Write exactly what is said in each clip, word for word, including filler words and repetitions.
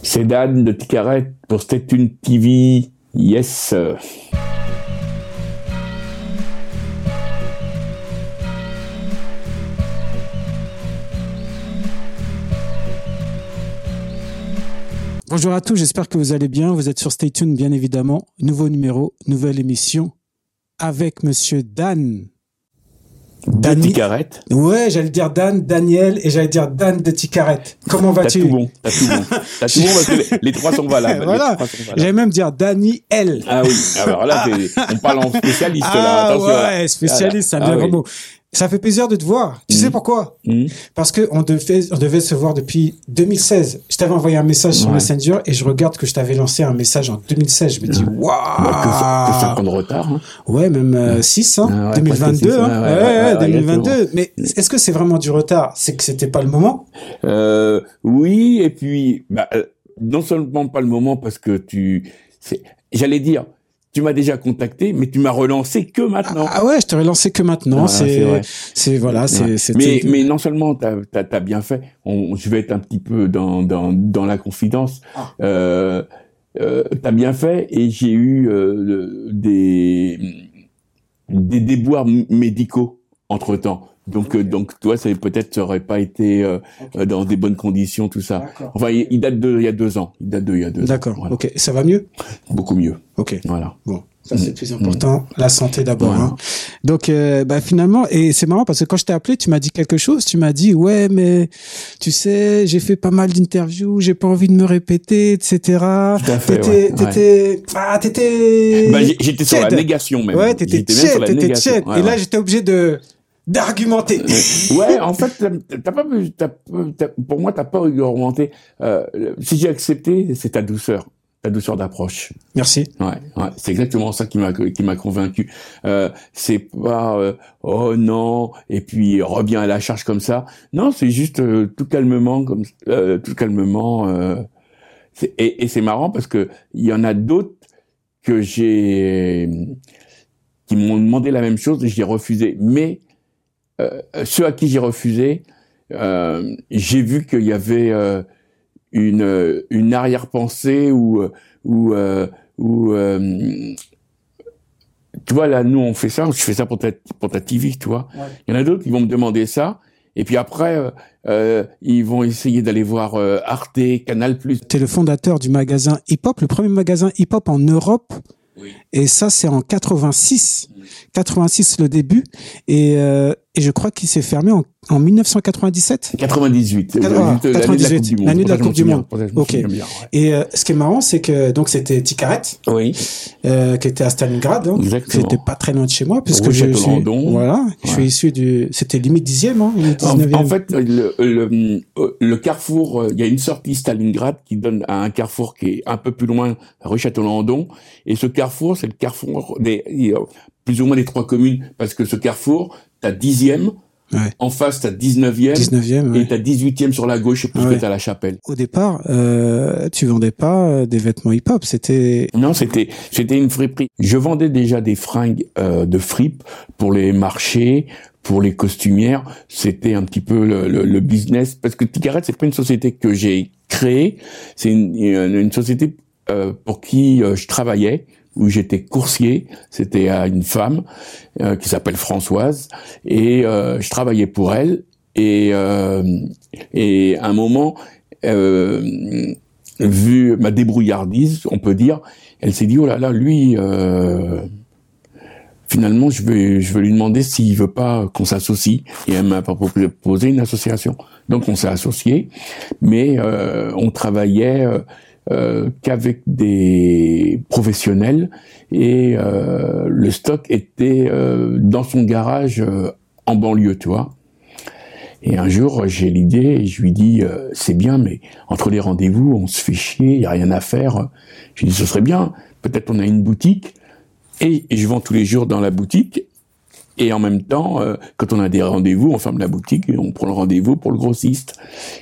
C'est Dan de Ticaret pour Stay Tuned T V. Yes. Bonjour à tous, j'espère que vous allez bien. Vous êtes sur Stay Tuned, bien évidemment. Nouveau numéro, nouvelle émission avec Monsieur Dan. De Ticaret. Ouais, j'allais dire Dan, Daniel, et j'allais dire Dan de Ticaret. Comment vas-tu? T'as tout bon, t'as tout bon. T'as tout bon parce que les, les trois sont valables. Voilà. J'allais même dire Dani L. Ah oui, alors là, on parle en spécialiste, ah, là. Attention. Ouais, spécialiste, ah, c'est un bien ah, grand oui. mot. Ça fait plaisir de te voir. Tu mmh. sais pourquoi? mmh. Parce que on devait, on devait se voir depuis deux mille seize. Je t'avais envoyé un message sur ouais. Messenger et je regarde que je t'avais lancé un message en deux mille seize. Je me dis, waouh! Bah, que, que cinq ans de retard. Hein. Ouais, même euh, six, hein. Ah, ouais, deux mille vingt-deux. six, hein. Ouais, ouais, ouais, ouais, deux mille vingt-deux. Mais est-ce que c'est vraiment du retard? C'est que c'était pas le moment? Euh, oui, et puis, bah, euh, non seulement pas le moment parce que tu, c'est, j'allais dire, tu m'as déjà contacté, mais tu m'as relancé que maintenant. Ah ouais, je t'ai relancé que maintenant. Voilà, c'est, c'est, c'est voilà, c'est. Ouais. Mais mais non seulement t'as t'as, t'as bien fait. On, je vais être un petit peu dans dans dans la confidence. Ah. Euh, euh, t'as bien fait et j'ai eu euh, le, des des déboires médicaux entre temps. Donc, okay. euh, donc, toi, ça peut-être ça aurait pas été euh, okay. dans des bonnes conditions, tout ça. D'accord. Enfin, il, il date de il y a deux ans. Il date de il y a deux D'accord. ans. D'accord. Voilà. Ok. Ça va mieux? Beaucoup mieux. Ok. Voilà. Bon. Ça, c'est mmh. plus important. Mmh. La santé d'abord. Voilà. Hein. Donc, euh, bah, finalement, et c'est marrant parce que quand je t'ai appelé, tu m'as dit quelque chose. Tu m'as dit, ouais, mais tu sais, j'ai fait pas mal d'interviews, j'ai pas envie de me répéter, et cetera. Tout à fait, t'étais, ouais. t'étais, ouais. ah, t'étais. Bah, j'étais sur la négation même. Ouais, t'étais tiède, t'étais tiède. Ouais, et là, ouais. j'étais obligé de, d'argumenter. Ouais, en fait, t'as, t'as pas, t'as, t'as, pour moi, t'as pas argumenté. Euh, si j'ai accepté, c'est ta douceur. Ta douceur d'approche. Merci. Ouais, ouais, c'est exactement ça qui m'a qui m'a convaincu. Euh, c'est pas euh, oh non et puis reviens à la charge comme ça. Non, c'est juste euh, tout calmement comme euh, tout calmement. Euh, c'est, et, et c'est marrant parce que il y en a d'autres que j'ai qui m'ont demandé la même chose et j'ai refusé. Mais euh, ceux à qui j'ai refusé, euh, j'ai vu qu'il y avait euh, une une arrière-pensée ou ou euh, ou euh, tu vois là nous on fait ça, je fais ça pour ta pour ta T V, tu vois. Ouais. Il y en a d'autres qui vont me demander ça et puis après euh, euh, ils vont essayer d'aller voir euh, Arte, Canal plus. Tu es le fondateur du magasin hip-hop, le premier magasin hip-hop en Europe. Oui. Et ça c'est en quatre-vingt-six. Mmh. quatre-vingt-six le début et euh, et je crois qu'il s'est fermé en en dix-neuf cent quatre-vingt-dix-sept. quatre-vingt-dix-huit. Ah, quatre-vingt-dix-huit. L'année de la Coupe du Monde. Ok. Bien, ouais. Et euh, ce qui est marrant, c'est que donc c'était Ticaret. Oui. Euh, qui était à Stalingrad. Hein. Exactement. C'était pas très loin de chez moi puisque Au je suis. Château-Landon. Voilà. Ouais. Je suis issu du. C'était limite dixième, hein. Limite dix-neuvième. En, en fait, le, le le Carrefour, il y a une sortie Stalingrad qui donne à un carrefour qui est un peu plus loin, rue Château-Landon. Et ce carrefour, c'est le carrefour des plus ou moins des trois communes parce que ce carrefour, t'as dixième. Ouais. En face, t'as dix-neuvième, dix-neuvième ouais. Et t'as dix-huitième sur la gauche, et puis ouais. t'as la Chapelle. Au départ, euh, tu vendais pas des vêtements hip-hop, c'était... Non, c'était, c'était une friperie. Je vendais déjà des fringues, euh, de fripe pour les marchés, pour les costumières. C'était un petit peu le, le, le business, parce que Ticaret, c'est pas une société que j'ai créée, c'est une, une, une société, euh, pour qui euh, je travaillais, où j'étais coursier, c'était à une femme euh, qui s'appelle Françoise et euh, je travaillais pour elle et euh, et à un moment euh, vu ma débrouillardise, on peut dire, elle s'est dit oh là là lui euh, finalement je vais je vais lui demander s'il veut pas qu'on s'associe et elle m'a proposé une association. Donc on s'est associés mais euh, on travaillait euh, Euh, qu'avec des professionnels et euh, le stock était euh, dans son garage euh, en banlieue, tu vois. Et un jour, j'ai l'idée et je lui dis euh, c'est bien, mais entre les rendez-vous, on se fait chier, il y a rien à faire. Je lui dis ce serait bien, peut-être on a une boutique et, et je vends tous les jours dans la boutique. Et en même temps, euh, quand on a des rendez-vous, on ferme la boutique et on prend le rendez-vous pour le grossiste.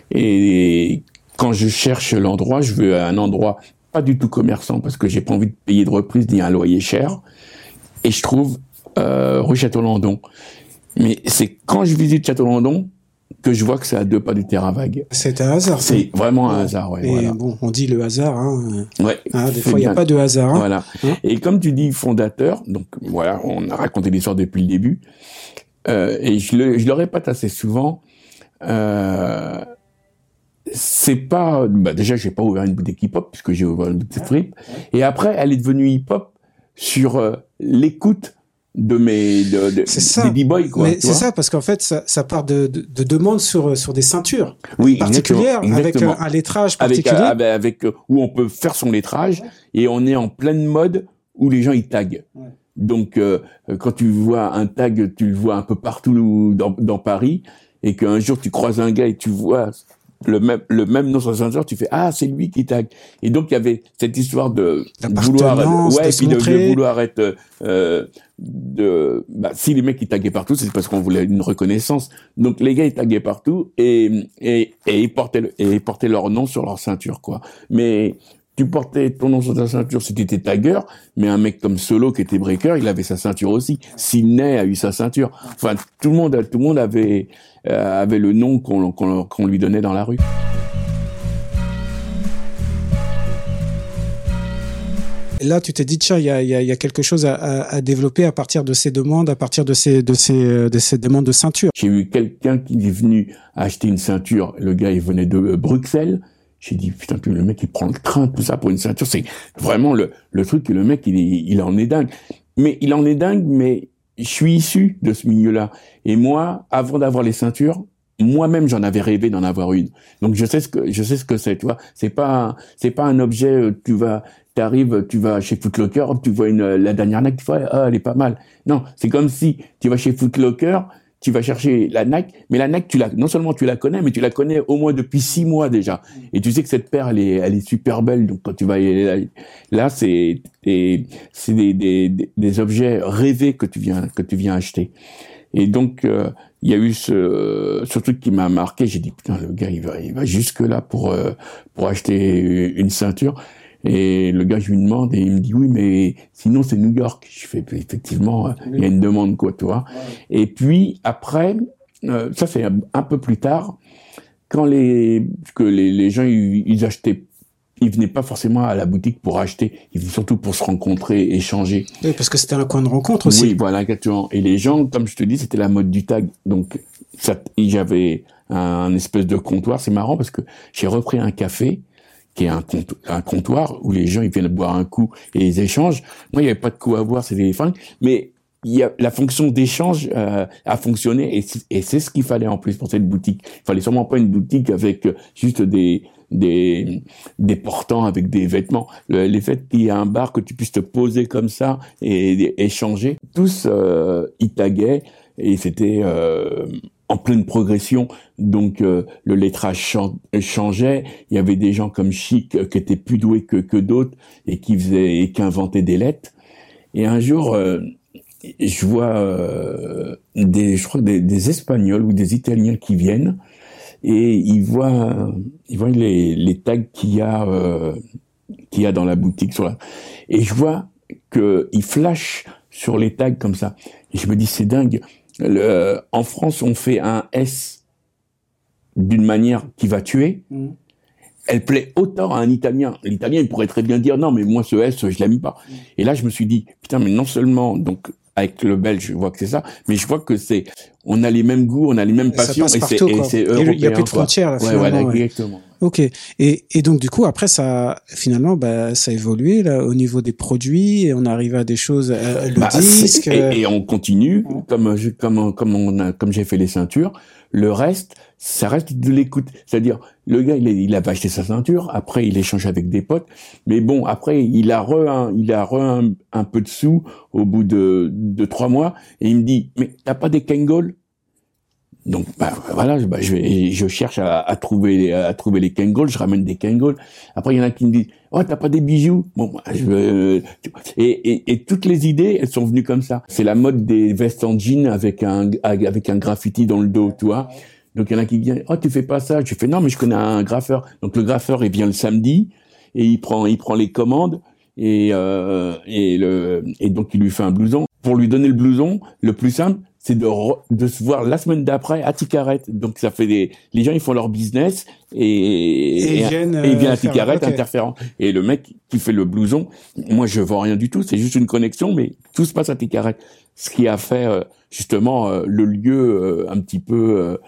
Et, et quand je cherche l'endroit, je veux un endroit pas du tout commerçant parce que j'ai pas envie de payer de reprise ni un loyer cher. Et je trouve euh, rue Château-Landon. Mais c'est quand je visite Château-Landon que je vois que c'est à deux pas du terrain vague. C'est un hasard. C'est oui. vraiment un hasard, ouais. Et voilà. bon, on dit le hasard, hein. Ouais. Hein, des fois, il n'y a pas de hasard. Hein. Voilà. Hein? Et comme tu dis fondateur, donc voilà, on a raconté l'histoire depuis le début, euh, et je le, je le répète assez souvent, euh, c'est pas, bah déjà, j'ai pas ouvert une boutique hip-hop, puisque j'ai ouvert une boutique fripe, et après, elle est devenue hip-hop sur euh, l'écoute de mes de, de ça. des b-boys quoi. Mais c'est ça parce qu'en fait ça, ça part de, de, de demandes sur sur des ceintures oui, particulières exactement, exactement. avec un, un lettrage particulier avec, avec, avec où on peut faire son lettrage et on est en pleine mode où les gens ils taguent. Ouais. Donc euh, quand tu vois un tag, tu le vois un peu partout dans, dans Paris et qu'un jour tu croises un gars et tu vois le même le même nom sur le ceinture, tu fais ah c'est lui qui tag. Et donc il y avait cette histoire de vouloir ouais de puis de, de vouloir être euh, de bah si les mecs ils taguaient partout, c'est parce qu'on voulait une reconnaissance. Donc les gars ils taguaient partout et et et ils portaient le, et ils portaient leur nom sur leur ceinture quoi. Mais tu portais ton nom sur ta ceinture si t'étais tagueur, mais un mec comme Solo qui était breaker, il avait sa ceinture aussi. Sidney a eu sa ceinture. Enfin, tout le monde, tout le monde avait euh, avait le nom qu'on qu'on qu'on lui donnait dans la rue. Et là, tu t'es dit tiens, il y a il y a il y a quelque chose à, à, à développer à partir de ces demandes, à partir de ces de ces de ces demandes de ceinture. J'ai eu quelqu'un qui est venu acheter une ceinture. Le gars, il venait de Bruxelles. J'ai dit, putain, le mec, il prend le train, tout ça, pour une ceinture. C'est vraiment le, le truc que le mec, il, est, il en est dingue. Mais il en est dingue, mais je suis issu de ce milieu-là. Et moi, avant d'avoir les ceintures, moi-même, j'en avais rêvé d'en avoir une. Donc, je sais ce que, je sais ce que c'est, tu vois. C'est pas, c'est pas un objet, tu vas, t'arrives, tu vas chez Foot Locker, tu vois une, la dernière Nike, tu vois, ah, elle est pas mal. Non, c'est comme si tu vas chez Foot Locker, tu vas chercher la Nike, mais la Nike, tu la, non seulement tu la connais, mais tu la connais au moins depuis six mois déjà. Et tu sais que cette paire, elle est, elle est super belle. Donc quand tu vas y aller, là, c'est, c'est, c'est des, des, des objets rêvés que tu viens, que tu viens acheter. Et donc, euh, il y a eu ce, ce truc qui m'a marqué. J'ai dit, putain, le gars, il va, il va jusque là pour, euh, pour acheter une ceinture. Et le gars, je lui demande et il me dit oui, mais sinon c'est New York. Je fais effectivement, il y a une demande quoi, tu vois. Ouais. Et puis après, euh, ça c'est un peu plus tard, quand les que les, les gens ils, ils achetaient, ils venaient pas forcément à la boutique pour acheter, ils venaient surtout pour se rencontrer, échanger. Oui, parce que c'était un coin de rencontre aussi. Oui, voilà, exactement. Et les gens, comme je te dis, c'était la mode du tag. Donc ça, j'avais un, un espèce de comptoir. C'est marrant parce que j'ai repris un café qui est un, compte, un comptoir où les gens ils viennent boire un coup et ils échangent. Moi, il n'y avait pas de coup à boire, c'était des fringues, mais il y a la fonction d'échange euh, a fonctionné et c'est, et c'est ce qu'il fallait en plus pour cette boutique. Il fallait sûrement pas une boutique avec juste des des des portants avec des vêtements. Le, les faits qu'il y a un bar que tu puisses te poser comme ça et, et échanger. Tous euh, ils taguaient et c'était euh, en pleine progression, donc euh, le lettrage chan- changeait. Il y avait des gens comme Chic euh, qui étaient plus doués que que d'autres et qui faisaient et qui inventaient des lettres. Et un jour, euh, je vois euh, des, je crois des, des Espagnols ou des Italiens qui viennent et ils voient, ils voient les les tags qu'il y a euh, qu'il y a dans la boutique sur la. Et je vois que ils flashent sur les tags comme ça. Et je me dis c'est dingue. Le, en France, on fait un S d'une manière qui va tuer. Mmh. Elle plaît autant à un Italien. L'Italien, il pourrait très bien dire non, mais moi ce S, je l'aime pas. Mmh. Et là, je me suis dit putain, mais non seulement donc avec le Belge, je vois que c'est ça, mais je vois que c'est, on a les mêmes goûts, on a les mêmes passions et c'est, et c'est européen. Il y a plus de frontières là. Ouais, voilà, ouais. Exactement. Ok. Et, et donc du coup après ça, finalement, bah ça a évolué là au niveau des produits et on arrive à des choses, euh, le bah, disque. Et, et on continue ouais. comme comme comme on a, comme j'ai fait les ceintures. Le reste, ça reste de l'écoute. C'est-à-dire, le gars, il, il avait acheté sa ceinture, après, il échange avec des potes, mais bon, après, il a re un, il a re un, un peu de sous au bout de, de trois mois, et il me dit, mais t'as pas des Kangol? Donc, bah, voilà, bah, je vais, je cherche à, à trouver, à trouver les Kangol, je ramène des Kangol. Après, il y en a qui me disent, oh, t'as pas des bijoux? Bon, bah, je veux, et, et, et toutes les idées, elles sont venues comme ça. C'est la mode des vestes en jean avec un, avec un graffiti dans le dos, tu vois. Donc, il y en a qui viennent, oh, tu fais pas ça? Je fais, non, mais je connais un graffeur. Donc, le graffeur, il vient le samedi, et il prend, il prend les commandes, et, euh, et le, et donc, il lui fait un blouson. Pour lui donner le blouson, le plus simple, c'est de re, de se voir la semaine d'après à Ticaret. Donc ça fait des les gens ils font leur business et et, et, ils viennent, et ils viennent à faire, Ticaret okay. interférent. Et le mec qui fait le blouson, moi je vends rien du tout, c'est juste une connexion, mais tout se passe à Ticaret. Ce qui a fait euh, justement euh, le lieu euh, un petit peu euh,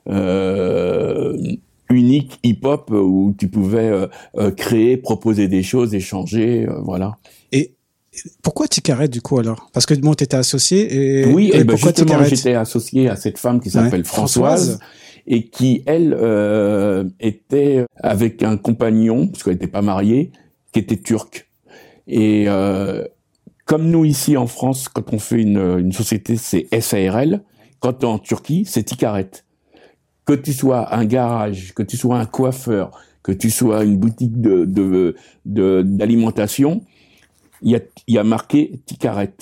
euh, unique hip-hop où tu pouvais euh, euh, créer, proposer des choses, échanger, euh, voilà. Et pourquoi Ticaret du coup alors? Parce que bon, t'étais associé et oui, et, et ben pourquoi justement Ticaret? j'étais associé à cette femme qui s'appelle ouais, Françoise, Françoise et qui elle euh, était avec un compagnon parce qu'elle n'était pas mariée, qui était turc. Et euh, comme nous ici en France, quand on fait une, une société, c'est S A R L. Quand t'es en Turquie, c'est Ticaret. Que tu sois un garage, que tu sois un coiffeur, que tu sois une boutique de, de, de d'alimentation, il y a, il y a marqué Ticaret.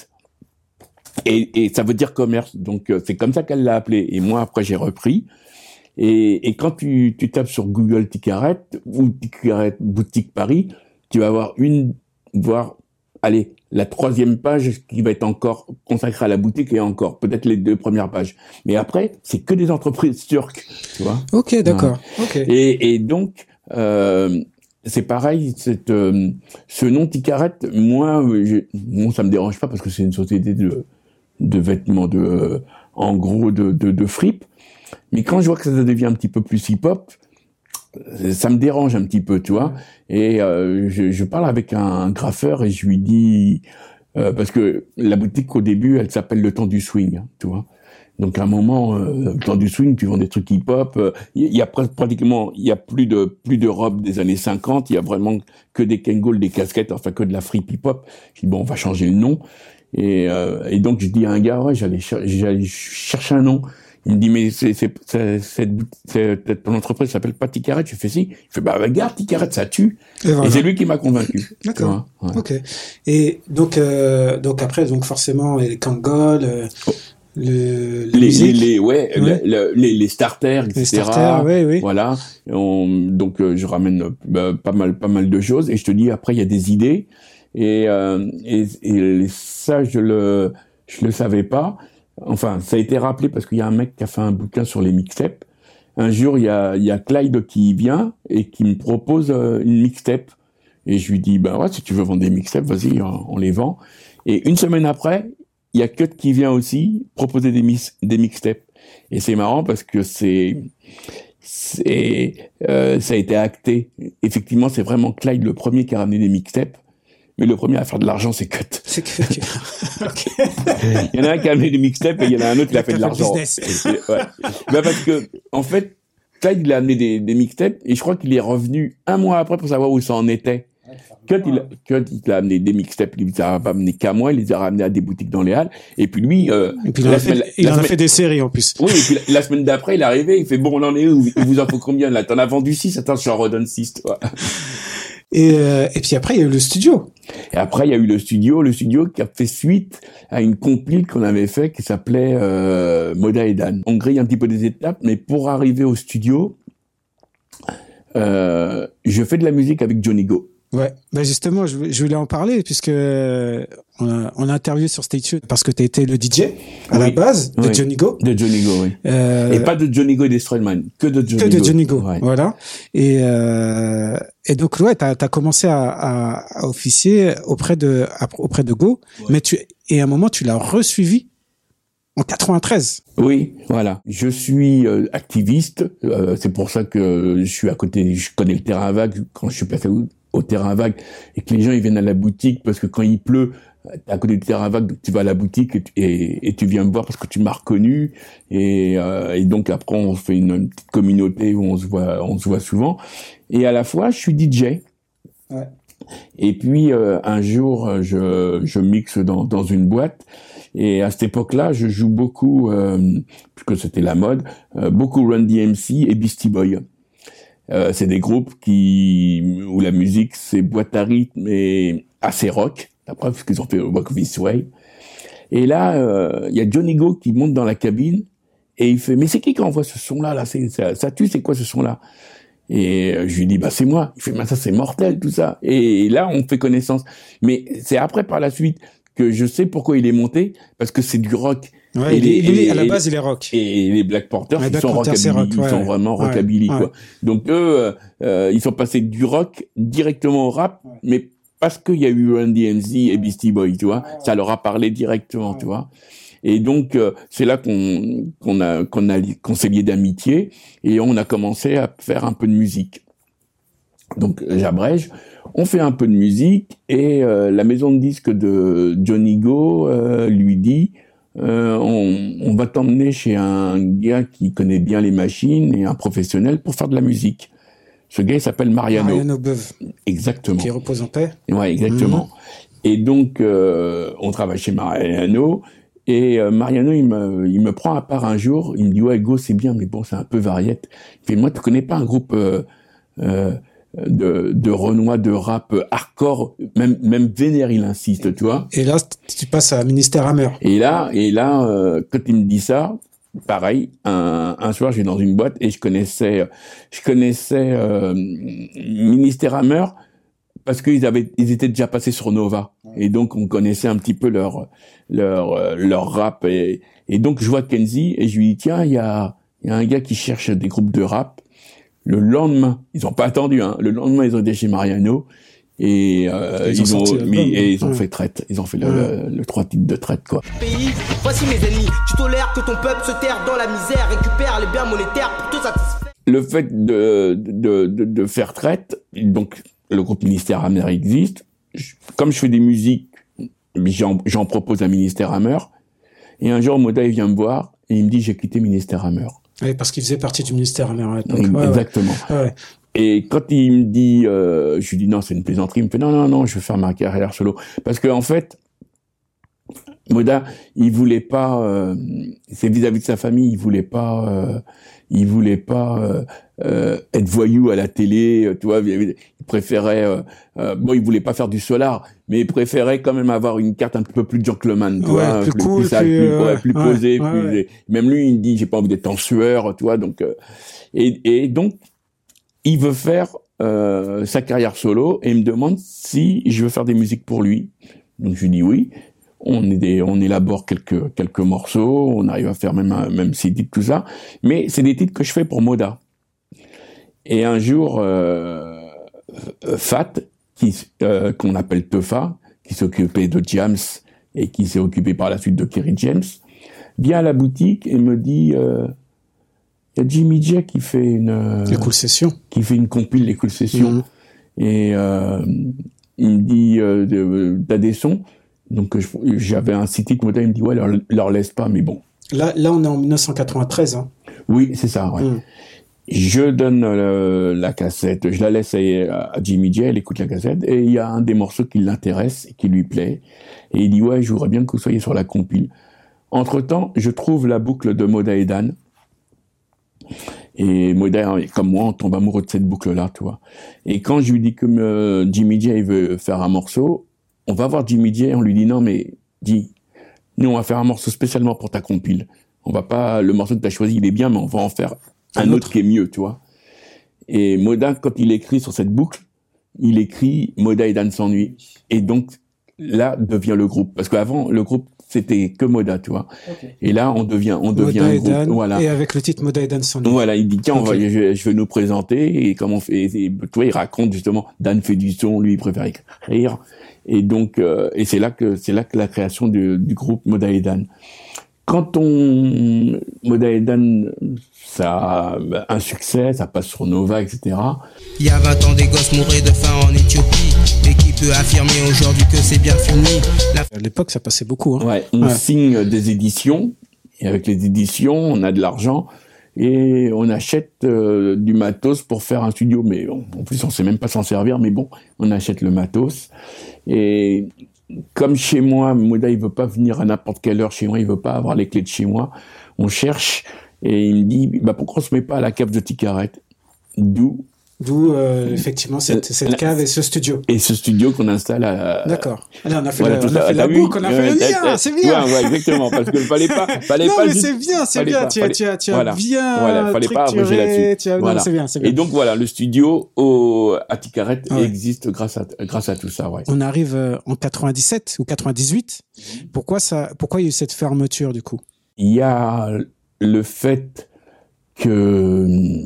Et, et ça veut dire commerce. Donc, c'est comme ça qu'elle l'a appelé. Et moi, après, j'ai repris. Et, et quand tu, tu tapes sur Google Ticaret ou Ticaret Boutique Paris, tu vas avoir une, voire, allez, la troisième page qui va être encore consacrée à la boutique et encore, peut-être les deux premières pages. Mais après, c'est que des entreprises turques, tu vois. Ok, d'accord. Ouais. Okay. Et, et donc, euh, c'est pareil, cette, euh, ce nom Ticaret, moi, je, bon, ça me dérange pas parce que c'est une société de, de vêtements, de, euh, en gros, de, de, de fripe. Mais quand je vois que ça devient un petit peu plus hip-hop, ça me dérange un petit peu, tu vois. Et euh, je, je parle avec un, un graffeur et je lui dis euh, parce que la boutique au début, elle s'appelle Le Temps du Swing, hein, tu vois. Donc à un moment, euh, Le Temps du Swing, tu vends des trucs hip-hop. Il euh, y, y a pratiquement, il y a plus de plus de robes des années cinquante. Il y a vraiment que des Kangol, des casquettes, enfin que de la free hip-hop. Je dis bon, on va changer le nom. Et, euh, et donc je dis à un gars, ouais, j'allais cher- j'allais chercher un nom. Il me dit, mais c'est, c'est, c'est, c'est, c'est ton entreprise s'appelle pas Ticaret. Je fais si. Il fait, bah, regarde, Ticaret, ça tue. Et, voilà. Et c'est lui qui m'a convaincu. D'accord. Ouais. Ok. Et donc, euh, donc après, donc forcément, les Kangol, euh, oh. le, les, les, les, ouais, ouais. Le, les, les starters, et cetera. Les starters, oui, oui. Voilà. On, donc, euh, je ramène bah, pas mal, pas mal de choses. Et je te dis, après, il y a des idées. Et, euh, et, et ça, je le, je le savais pas. Enfin, ça a été rappelé parce qu'il y a un mec qui a fait un bouquin sur les mixtapes. Un jour, il y a, il y a Clyde qui vient et qui me propose une mixtape. Et je lui dis, ben ouais, si tu veux vendre des mixtapes, vas-y, on, on les vend. Et une semaine après, il y a Cut qui vient aussi proposer des, mix, des mixtapes. Et c'est marrant parce que c'est, c'est, euh, ça a été acté. Effectivement, c'est vraiment Clyde le premier qui a ramené des mixtapes. Mais le premier à faire de l'argent, c'est Cut. C'est Cut. Okay. Il y en a un qui a amené des mixtapes et il y en a un autre qui a fait de l'argent. Ouais. Ben parce que, en fait, Clyde, il a amené des, des mixtapes et je crois qu'il est revenu un mois après pour savoir où ça en était. Cut, il, Cut, il a amené des mixtapes, il les a pas amené qu'à moi, il les a ramenés à des boutiques dans les halles. Et puis lui, euh, et puis il, en a, semaine, fait, il en semaine, a fait des séries en plus. Oui, et puis la, la semaine d'après, il est arrivé, il fait bon, on en est où? Il vous en faut combien là? T'en as vendu six? Attends, je t'en redonne six, toi. Et, euh, et puis après, il y a eu le studio. Et après, il y a eu le studio, le studio qui a fait suite à une compile qu'on avait fait qui s'appelait euh, Moda et Dan. On grille un petit peu des étapes, mais pour arriver au studio, euh, je fais de la musique avec Johnny Go. Ouais, ben justement, je, je voulais en parler puisque on a, on a interviewé sur Stage parce que tu as été le D J à oui, la base de oui, Johnny Go. De Johnny Go, oui. Euh, et pas de Johnny Go et des Destroyman, que de Johnny Go. Que de Johnny Go, ouais. Voilà. Et euh, et donc ouais, t'as as commencé à, à, à officier auprès de à, auprès de Go, ouais. mais tu et à un moment tu l'as resuivi en quatre-vingt-treize. Oui, voilà. Je suis euh, activiste, euh, c'est pour ça que je suis à côté, je connais le terrain vague quand je suis passé au, au terrain vague et que les gens ils viennent à la boutique parce que quand il pleut, à côté du terrain vague, tu vas à la boutique et tu, et, et tu viens me voir parce que tu m'as reconnu et, euh, et donc après on fait une, une petite communauté où on se voit, on se voit souvent. Et à la fois, je suis D J. Ouais. Et puis euh, un jour, je, je mixe dans, dans une boîte. Et à cette époque-là, je joue beaucoup, euh, puisque c'était la mode, euh, beaucoup Run D M C et Beastie Boy. Euh, c'est des groupes qui où la musique c'est boîte à rythme et assez rock. La preuve, parce qu'ils ont fait Walk This Way. Et là, il euh, y a Johnny Go qui monte dans la cabine et il fait, mais c'est qui qui envoie ce son-là, là, c'est, ça, ça tue, c'est quoi ce son-là? Et je lui dis, bah, c'est moi. Il fait, mais ça, c'est mortel, tout ça. Et là, on fait connaissance. Mais c'est après, par la suite, que je sais pourquoi il est monté, parce que c'est du rock. Ouais, et il, les, lui, et, à la et, base, il est rock. Et les Black Panthers, ouais, ils, Black sont Panthers, rockabilly, rock, ouais, ils sont vraiment ouais, rockabilly, ouais. quoi. Donc eux, euh, ils sont passés du rock directement au rap, ouais. mais parce qu'il y a eu Run D M C et Beastie Boys, tu vois, ouais. ça leur a parlé directement, ouais. tu vois. Et donc euh, c'est là qu'on qu'on a qu'on a qu'on s'est lié d'amitié et on a commencé à faire un peu de musique. Donc j'abrège, on fait un peu de musique et euh, la maison de disques de Johnny Go euh, lui dit euh, on, on va t'emmener chez un gars qui connaît bien les machines et un professionnel pour faire de la musique. Ce gars il s'appelle Mariano. Mariano Beuve. Exactement. Qui repose en paix. Ouais, exactement. Mmh. Et donc euh, on travaille chez Mariano. Et euh, Mariano, il me, il me prend à part un jour, il me dit « Ouais, Go, c'est bien, mais bon, c'est un peu variette. » Il fait « Moi, tu connais pas un groupe euh, euh, de, de Renois, de rap hardcore, même, même vénère, il insiste, tu vois. » Et là, tu passes à Ministère Hammer. Et là, et là euh, quand il me dit ça, pareil, un, un soir, j'ai dans une boîte et je connaissais, je connaissais euh, Ministère Hammer, parce qu'ils avaient, ils étaient déjà passés sur Nova, et donc on connaissait un petit peu leur leur leur rap, et, et donc je vois Kenzie et je lui dis tiens, il y a il y a un gars qui cherche des groupes de rap. Le lendemain, ils ont pas attendu, hein. Le lendemain, ils ont été chez Mariano et euh, ils, ils ont, ont mis, et ils ont ouais. fait traite, ils ont fait le, ouais. le, le trois titres de traite quoi. Pays, voici mes ennemis. Tu tolères que ton peuple se terre dans la misère, récupère les biens monétaires pour te satisfaire. Le fait de de de, de faire traite, donc le groupe Ministère Hammer existe. Je, comme je fais des musiques, j'en, j'en propose à Ministère Hammer. Et un jour, Moda, il vient me voir et il me dit, j'ai quitté Ministère Hammer. Oui, parce qu'il faisait partie du Ministère Hammer. Donc, exactement. Ouais, ouais. Et quand il me dit, euh, je lui dis, non, c'est une plaisanterie. Il me fait, non, non, non, je veux faire ma carrière solo. Parce que, en fait, Moda, il voulait pas, euh, c'est vis-à-vis de sa famille, il voulait pas, euh, il voulait pas euh, euh, être voyou à la télé, tu vois. Il préférait, euh, euh, bon, il voulait pas faire du solar, mais il préférait quand même avoir une carte un peu plus gentleman, tu ouais, vois, plus, plus, cool, plus, sage, plus, plus, euh, ouais, plus ouais, posé, ouais, plus. Ouais. Même lui, il me dit, j'ai pas envie d'être en sueur, tu vois. Donc, euh, et, et donc, il veut faire euh, sa carrière solo et il me demande si je veux faire des musiques pour lui. Donc, je lui dis oui. On est des, on élabore quelques quelques morceaux, on arrive à faire même un, même six titres, tout ça. Mais c'est des titres que je fais pour Moda. Et un jour, euh, Fat, qui euh, qu'on appelle Teufa, qui s'occupait de James et qui s'est occupé par la suite de Kerry James, vient à la boutique et me dit, euh, il y a Jimmy J qui fait une les cool sessions, qui fait une compile les cool sessions. Mmh. Et euh, il me dit, euh, t'as des sons? Donc je, j'avais un site Moda, il me dit ouais, leur, leur laisse pas, mais bon. Là, là, on est en dix-neuf cent quatre-vingt-treize. Hein. Oui, c'est ça. Ouais. Mm. Je donne euh, la cassette, je la laisse à, à Jimmy J, elle écoute la cassette, et il y a un des morceaux qui l'intéresse, qui lui plaît, et il dit ouais, je voudrais bien que vous soyez sur la compile. Entre temps, je trouve la boucle de Moda et Dan, et Moda, comme moi, on tombe amoureux de cette boucle-là, tu vois. Et quand je lui dis que euh, Jimmy J il veut faire un morceau, on va voir Jimmy J, on lui dit non mais dis, nous on va faire un morceau spécialement pour ta compile. On va pas, le morceau que t'as choisi il est bien, mais on va en faire un, un autre. autre qui est mieux, tu vois. Et Moda, quand il écrit sur cette boucle, il écrit Moda et Dan s'ennuient. Et donc là devient le groupe, parce qu'avant le groupe c'était que Moda, tu vois. Okay. Et là on devient, on devient Moda un et groupe, Dan, voilà. Et avec le titre Moda et Dan s'ennuient. Voilà, il dit tiens, okay. on va, je, je vais nous présenter et comment on fait. Et, tu vois, il raconte justement, Dan fait du son, lui il préfère écrire. Et donc, euh, et c'est là que c'est là que la création du, du groupe Moda et Dan. Quand on Moda et Dan, ça a un succès, ça passe sur Nova, et cetera. Il y a vingt ans, des gosses mouraient de faim en Éthiopie. Et qui peut affirmer aujourd'hui que c'est bien fini? La... À l'époque, ça passait beaucoup. Hein. Ouais, on ouais. signe des éditions et avec les éditions, on a de l'argent. Et on achète euh, du matos pour faire un studio, mais bon, en plus on sait même pas s'en servir, mais bon, on achète le matos. Et comme chez moi, Moda il veut pas venir à n'importe quelle heure chez moi, il veut pas avoir les clés de chez moi. On cherche et il me dit, bah pourquoi on se met pas à la cave de Ticaret? D'où D'où euh, effectivement cette, cette la, cave et ce studio. Et ce studio qu'on installe à. D'accord. Là on a fait voilà, la, on a fait la boucle, on a fait le lien, c'est bien. Ouais, ouais, exactement, parce que fallait pas, fallait non, pas. Non mais c'est bien, c'est bien. Pas, tu as, tu as, tu as voilà, bien. Voilà, fallait pas abréger là-dessus. Tu as, voilà. Non, c'est bien, c'est bien. Et donc voilà, le studio au à Ticaret ouais. existe grâce à grâce à tout ça, ouais. On arrive en quatre-vingt-dix-sept ou quatre-vingt-dix-huit. Pourquoi ça, pourquoi il y a eu cette fermeture du coup? il y a le fait que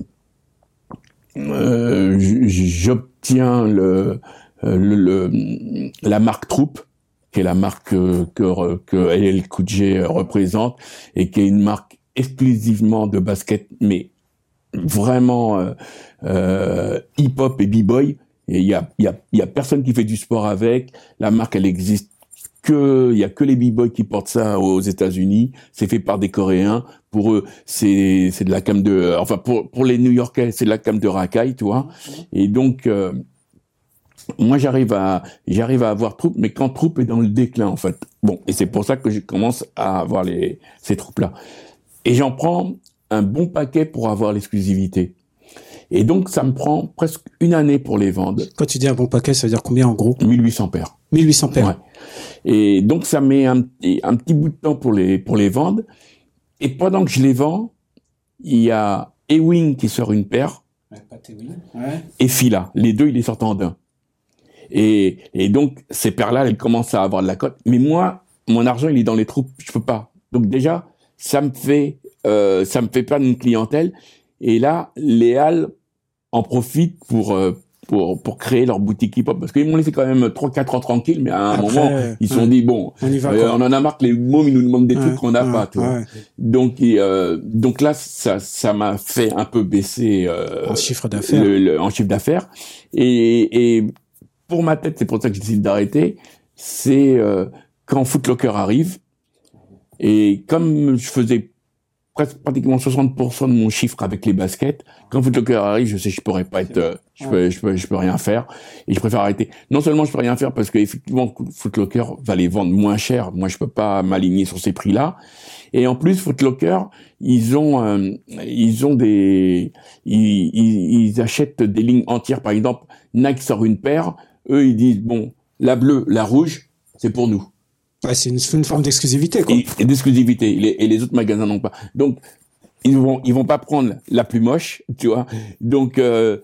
euh, j'obtiens le, le, le la marque Troupe, qui est la marque que que, que L L Cool J représente et qui est une marque exclusivement de basket, mais vraiment euh, euh, hip-hop et b-boy. Et il y a il y a il y a personne qui fait du sport avec. La marque, elle existe que il y a que les b-boys qui portent ça aux États-Unis. C'est fait par des Coréens. Pour eux, c'est c'est de la cam de enfin pour pour les New-Yorkais, c'est de la cam de racaille, tu vois. Et donc euh, moi j'arrive à j'arrive à avoir Troupe, mais quand Troupe est dans le déclin en fait. Bon, et c'est pour ça que je commence à avoir les ces troupes là. Et j'en prends un bon paquet pour avoir l'exclusivité. Et donc, ça me prend presque une année pour les vendre. Quand tu dis un bon paquet, ça veut dire combien en gros? mille huit cents paires. mille huit cents paires. Ouais. Et donc, ça met un, un petit bout de temps pour les, pour les vendre. Et pendant que je les vends, il y a Ewing qui sort une paire. Ouais, pas Ewing. Ouais. Et Fila. Les deux, ils les sortent en d'un. Et, et donc, ces paires-là, elles commencent à avoir de la cote. Mais moi, mon argent, il est dans les troupes. Je peux pas. Donc déjà, ça me fait, euh, ça me fait perdre une clientèle. Et là, les halles en profitent pour euh, pour pour créer leur boutique hip-hop parce qu'ils m'ont laissé quand même trois quatre ans tranquille, mais à un Après, moment ils se sont ouais. dit bon, on, y va, euh, on en a marre que les mômes ils nous demandent des ouais, trucs qu'on n'a ouais, pas, tu vois. Ouais. Donc et, euh, donc là ça ça m'a fait un peu baisser euh, en chiffre d'affaires, le, le, en chiffre d'affaires et et pour ma tête, c'est pour ça que j'ai décidé d'arrêter, c'est euh, quand Foot Locker arrive et comme je faisais presque pratiquement soixante pour cent de mon chiffre avec les baskets. Quand Foot Locker arrive, je sais que je pourrais pas être, euh, je peux, je peux, je peux rien faire. Et je préfère arrêter. Non seulement je peux rien faire parce qu'effectivement, Foot Locker va les vendre moins cher. Moi, je peux pas m'aligner sur ces prix-là. Et en plus, Foot Locker, ils ont, euh, ils ont des, ils, ils, ils achètent des lignes entières. Par exemple, Nike sort une paire. Eux, ils disent, bon, la bleue, la rouge, c'est pour nous. Ouais, c'est une, une forme d'exclusivité, quoi. Et, et d'exclusivité. Et les, et les autres magasins n'ont pas. Donc, ils vont, ils vont pas prendre la plus moche, tu vois. Donc, euh,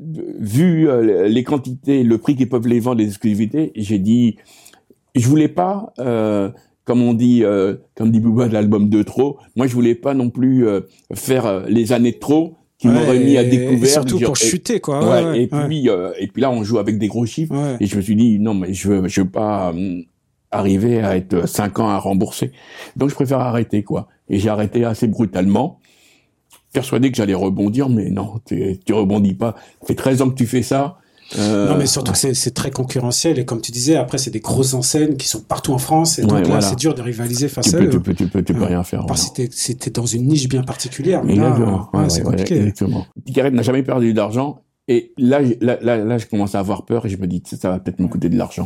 vu euh, les quantités, le prix qu'ils peuvent les vendre, les exclusivités, j'ai dit, je voulais pas, euh, comme on dit, euh, comme dit Booba de l'album de trop. Moi, je voulais pas non plus euh, faire euh, les années de trop qui ouais, m'auraient mis à découvert. Et surtout dire, pour et, chuter, quoi. Ouais. ouais et ouais. puis, euh, et puis là, on joue avec des gros chiffres. Ouais. Et je me suis dit, non, mais je veux, je veux pas. Euh, arriver à être cinq ans à rembourser. Donc je préfère arrêter, quoi. Et j'ai arrêté assez brutalement, persuadé que j'allais rebondir, mais non, tu rebondis pas. Ça fait treize ans que tu fais ça. Euh, non, mais surtout ouais. que c'est très concurrentiel, et comme tu disais, après c'est des grosses enseignes qui sont partout en France, et donc ouais, là voilà. c'est dur de rivaliser face tu à peux, eux. Tu peux, tu peux, tu peux euh, rien faire. Parce que si t'es dans une niche bien particulière, mais exactement. là, ouais, c'est ouais, compliqué. Ouais, exactement. Ticaret n'a jamais perdu d'argent, et là, là, là, là, je commence à avoir peur, et je me dis, ça va peut-être me coûter de l'argent.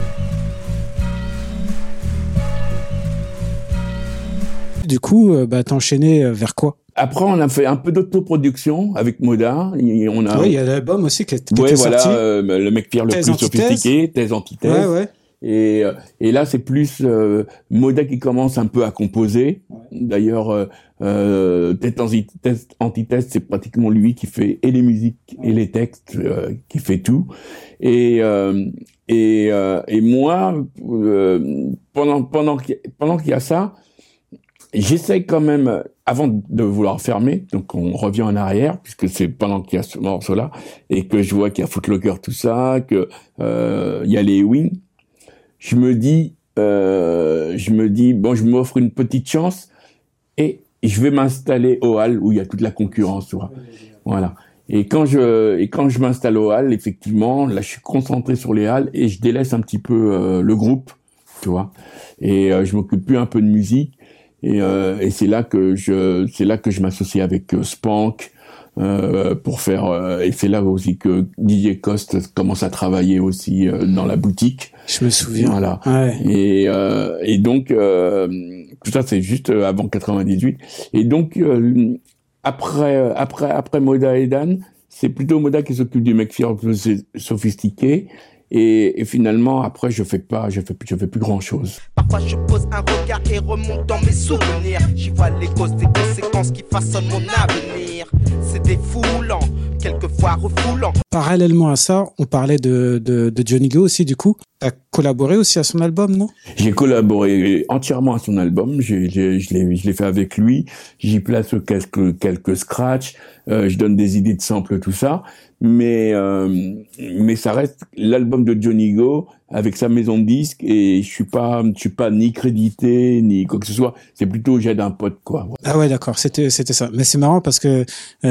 Du coup, euh, bah, t'as enchaîné vers quoi? Après, on a fait un peu d'autoproduction avec Moda. Et on a... Oui, il y a l'album aussi qui, qui ouais, était voilà, sorti. Euh, le mec Pierre le thèse, plus antithèse. sophistiqué, thèse, antithèse. Ouais, ouais. Et, et là, c'est plus euh, Moda qui commence un peu à composer. Ouais. D'ailleurs, euh, euh, thèse, antithèse, antithèse, c'est pratiquement lui qui fait et les musiques ouais. et les textes, euh, qui fait tout. Et euh, et euh, et moi, euh, pendant pendant qu'il pendant qu'il y a ça. J'essaie quand même, avant de vouloir fermer, donc on revient en arrière, puisque c'est pendant qu'il y a ce morceau-là, et que je vois qu'il y a Foot Locker, tout ça, que euh, il y a les Wings, je me dis, euh, je me dis, bon, je m'offre une petite chance, et je vais m'installer au hall où il y a toute la concurrence, tu vois. Voilà. Et quand je et quand je m'installe au hall, effectivement, là, je suis concentré sur les halls et je délaisse un petit peu euh, le groupe, tu vois. Et euh, je m'occupe plus un peu de musique. Et, euh, et c'est là que je, c'est là que je m'associe avec euh, Spank euh, pour faire. Euh, et c'est là aussi que D J Cost commence à travailler aussi euh, dans la boutique. Je me souviens. Voilà. Ouais. Et euh, et donc euh, tout ça c'est juste avant quatre-vingt-dix-huit. Et donc euh, après après après Moda et Dan, c'est plutôt Moda qui s'occupe du mec fier plus sophistiqué. Et, et finalement, après, je fais pas, je fais, je fais plus grand chose. Parfois, je pose un regard et remonte dans mes souvenirs. J'y vois les causes des conséquences qui façonnent mon avenir. C'est défoulant, quelquefois refoulant. Parallèlement à ça, on parlait de, de, de Johnny Go aussi, du coup. T'as collaboré aussi à son album, non? J'ai collaboré entièrement à son album. J'ai, j'ai, je l'ai, je l'ai fait avec lui. J'y place quelques, quelques scratchs. Euh, je donne des idées de samples, tout ça. Mais, euh, mais ça reste l'album de Johnny Go avec sa maison de disques et je suis pas, je suis pas ni crédité, ni quoi que ce soit. C'est plutôt j'aide un pote, quoi. Voilà. Ah ouais, d'accord. C'était, c'était ça. Mais c'est marrant parce que,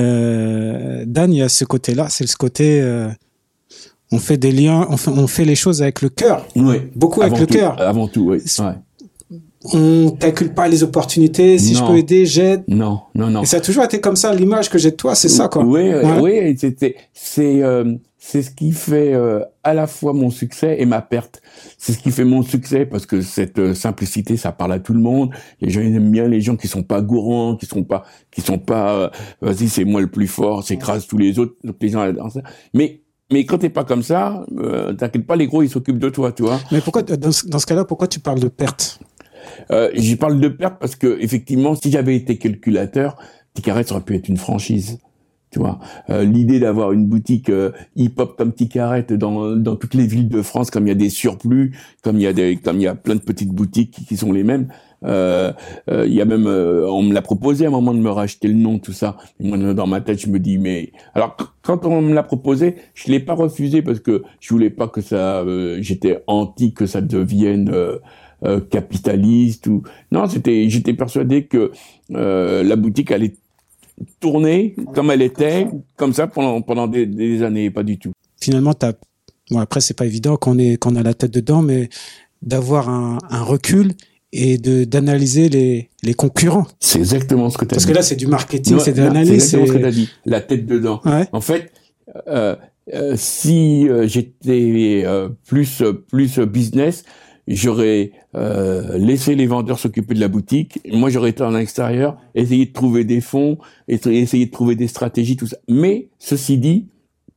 euh, Dan, il y a ce côté-là. C'est ce côté, euh, on fait des liens, on fait, on fait les choses avec le cœur. Oui. Beaucoup avec avant le tout, cœur. Avant tout, oui. Ouais. On calcule pas les opportunités. Si non. je peux aider, j'aide. Non, non, non. Et ça a toujours été comme ça. L'image que j'ai de toi, c'est ça, quoi. Oui, ouais. oui. C'était, c'est, euh, c'est ce qui fait euh, à la fois mon succès et ma perte. C'est ce qui fait mon succès parce que cette euh, simplicité, ça parle à tout le monde. Les gens ils aiment bien les gens qui sont pas gourmands, qui sont pas, qui sont pas. Euh, Vas-y, c'est moi le plus fort, j'écrase tous les autres. Donc les gens adorent ça. Mais mais quand t'es pas comme ça, euh, t'inquiète pas, les gros ils s'occupent de toi, tu vois. Mais pourquoi dans ce, dans ce cas-là, pourquoi tu parles de perte? Euh, j'y parle de perte parce que effectivement, si j'avais été calculateur, Ticarette aurait pu être une franchise. Tu vois, euh, l'idée d'avoir une boutique euh, hip-hop comme Ticarette dans dans toutes les villes de France, comme il y a des surplus, comme il y a des comme il y a plein de petites boutiques qui, qui sont les mêmes. Euh, euh, il y a même, euh, on me l'a proposé à un moment de me racheter le nom, tout ça. Et moi, dans ma tête, je me dis, mais alors quand on me l'a proposé, je l'ai pas refusé parce que je voulais pas que ça, euh, j'étais anti que ça devienne euh, euh, capitaliste ou non. C'était, j'étais persuadé que euh, la boutique allait tourner comme elle était, comme ça pendant pendant des, des années, pas du tout. Finalement, t'as, bon après c'est pas évident quand on est quand on a la tête dedans, mais d'avoir un, un recul et de d'analyser les les concurrents. C'est exactement ce que tu as dit. Parce que là c'est du marketing, non, c'est de non, l'analyse. C'est exactement ce que tu as dit. La tête dedans. Ouais. En fait, euh, euh, si euh, j'étais euh, plus plus business, j'aurais euh, laissé les vendeurs s'occuper de la boutique. Moi, j'aurais été en extérieur, essayer de trouver des fonds, essayer de trouver des stratégies, tout ça. Mais ceci dit,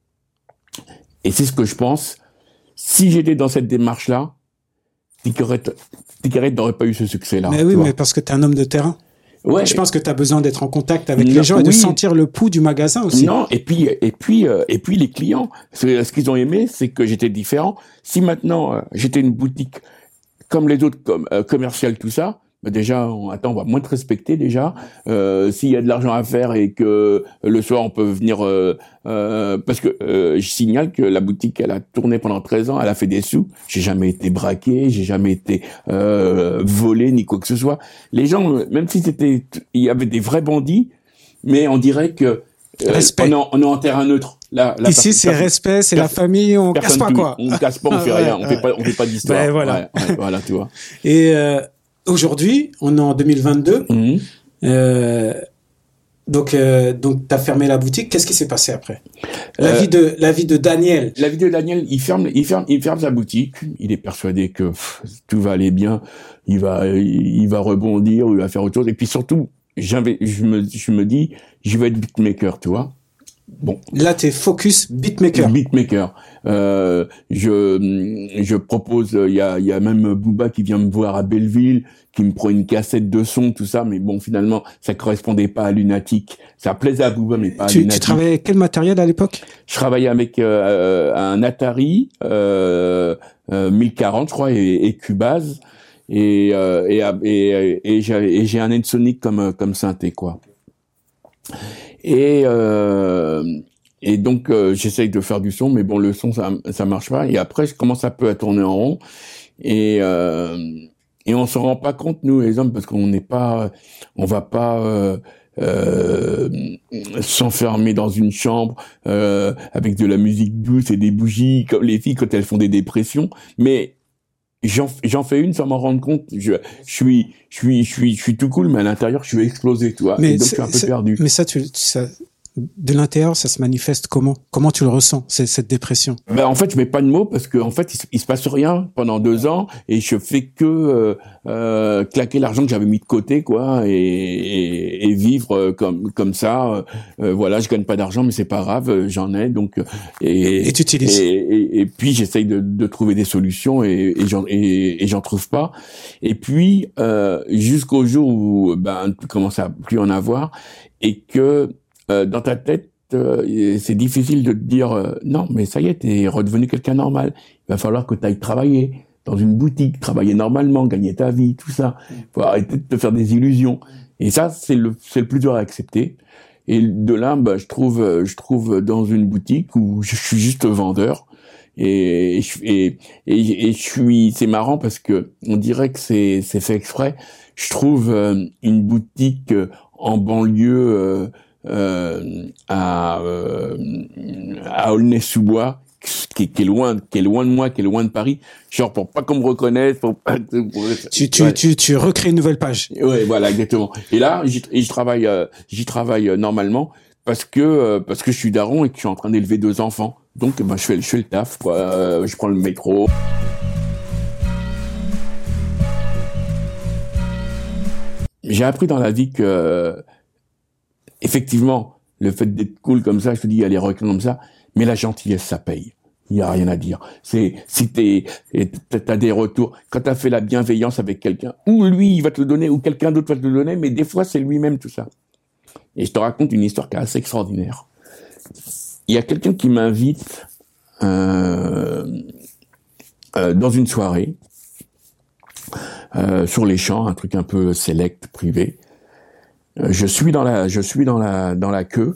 et c'est ce que je pense, si j'étais dans cette démarche-là, Ticarette, Ticarette n'aurait pas eu ce succès-là. Mais oui, mais parce que t'es un homme de terrain. Ouais. Je pense que t'as besoin d'être en contact avec non, les gens et oui. de sentir le pouls du magasin aussi. Non, et puis et puis euh, et puis les clients, ce qu'ils ont aimé, c'est que j'étais différent. Si maintenant euh, j'étais une boutique comme les autres, comme euh, commerciales, tout ça, bah déjà, on, attends, on va moins te respecter déjà. Euh, s'il y a de l'argent à faire et que le soir on peut venir, euh, euh, parce que euh, je signale que la boutique, elle a tourné pendant treize ans, elle a fait des sous. J'ai jamais été braqué, j'ai jamais été euh, volé ni quoi que ce soit. Les gens, même si c'était, il y avait des vrais bandits, mais on dirait que euh, respect. On, on est en terrain neutre. Là, là, ici, c'est respect, c'est la famille, on casse pas quoi. On casse pas, on fait rien, on fait pas, on fait pas d'histoire. Ben, voilà. Ouais, ouais, voilà, tu vois. Et euh, aujourd'hui, on est en deux mille vingt-deux. Mm-hmm. Euh, donc, euh, donc, t'as fermé la boutique. Qu'est-ce qui s'est passé après? La euh, vie de, la vie de Daniel. La vie de Daniel, il ferme, il ferme, il ferme sa boutique. Il est persuadé que pff, tout va aller bien. Il va, il va rebondir, il va faire autre chose. Et puis surtout, j'avais, je me, je me dis, je vais être beatmaker, tu vois. Bon. Là, t'es focus beatmaker. Beatmaker. Euh, je, je propose, il y a, il y a même Booba qui vient me voir à Belleville, qui me prend une cassette de son, tout ça, mais bon, finalement, ça correspondait pas à Lunatic. Ça plaisait à Booba, mais pas tu, à Lunatic. Tu travaillais avec quel matériel à l'époque? Je travaillais avec euh, un Atari, euh, euh, mille quarante, je crois, et, et Cubase. Et, euh, et, et, et, j'ai, et j'ai un Ensoniq comme, comme synthé, quoi. Et euh, et donc euh, j'essaye de faire du son, mais bon, le son ça ça marche pas. Et après je commence un peu à tourner en rond et euh, et on s'en rend pas compte nous les hommes parce qu'on n'est pas, on va pas euh, euh, s'enfermer dans une chambre euh, avec de la musique douce et des bougies comme les filles quand elles font des dépressions, mais J'en, j'en fais une sans m'en rendre compte. Je, je suis, je suis, je suis, je suis tout cool, mais à l'intérieur, je suis explosé, tu vois. Mais et donc, je suis un peu perdu. Mais ça, tu, ça, de l'intérieur, ça se manifeste comment? Comment tu le ressens, c'est, cette dépression? Ben, en fait, je mets pas de mots parce que, en fait, il, il se passe rien pendant deux ans et je fais que, euh, euh, claquer l'argent que j'avais mis de côté, quoi, et, et, et vivre comme, comme ça. Euh, voilà, je gagne pas d'argent, mais c'est pas grave, j'en ai, donc, et, et tu utilises. Et, et, et puis, j'essaye de, de trouver des solutions et, et j'en, et, et j'en trouve pas. Et puis, euh, jusqu'au jour où, ben, tu commences à plus en avoir et que, Euh, dans ta tête, euh, c'est difficile de te dire euh, non, mais ça y est, t'es redevenu quelqu'un normal. Il va falloir que tu ailles travailler dans une boutique, travailler normalement, gagner ta vie, tout ça. Faut arrêter de te faire des illusions. Et ça, c'est le, c'est le plus dur à accepter. Et de là, bah, je trouve, je trouve dans une boutique où je suis juste vendeur. Et, et, et, et, et je suis, c'est marrant parce que on dirait que c'est, c'est fait exprès. Je trouve euh, une boutique en banlieue euh, euh, à, euh, à Aulnay-sous-Bois, qui, qui est loin, qui est loin de moi, qui est loin de Paris, genre pour pas qu'on me reconnaisse, pour pas. Pour... Tu, tu, ouais. tu, tu recrées une nouvelle page. Ouais, voilà, exactement. Et là, j'y, j'y travaille, euh, j'y travaille euh, normalement parce que euh, parce que je suis daron et que je suis en train d'élever deux enfants. Donc, ben, je fais, je fais le taf, quoi. Euh, je prends le métro. J'ai appris dans la vie que, euh, effectivement, le fait d'être cool comme ça, je te dis, il y a les requins comme ça, mais la gentillesse, ça paye. Il y a rien à dire. C'est, si t'es, t'as des retours, quand t'as fait la bienveillance avec quelqu'un, ou lui, il va te le donner, ou quelqu'un d'autre va te le donner, mais des fois, c'est lui-même, tout ça. Et je te raconte une histoire qui est assez extraordinaire. Il y a quelqu'un qui m'invite, euh, euh, dans une soirée, euh, sur les champs, un truc un peu select, privé. Euh, je suis dans la, je suis dans la, dans la queue.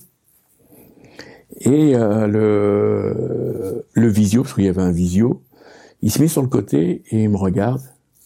Et euh, le le visio, parce qu'il y avait un visio, il se met sur le côté et il me regarde.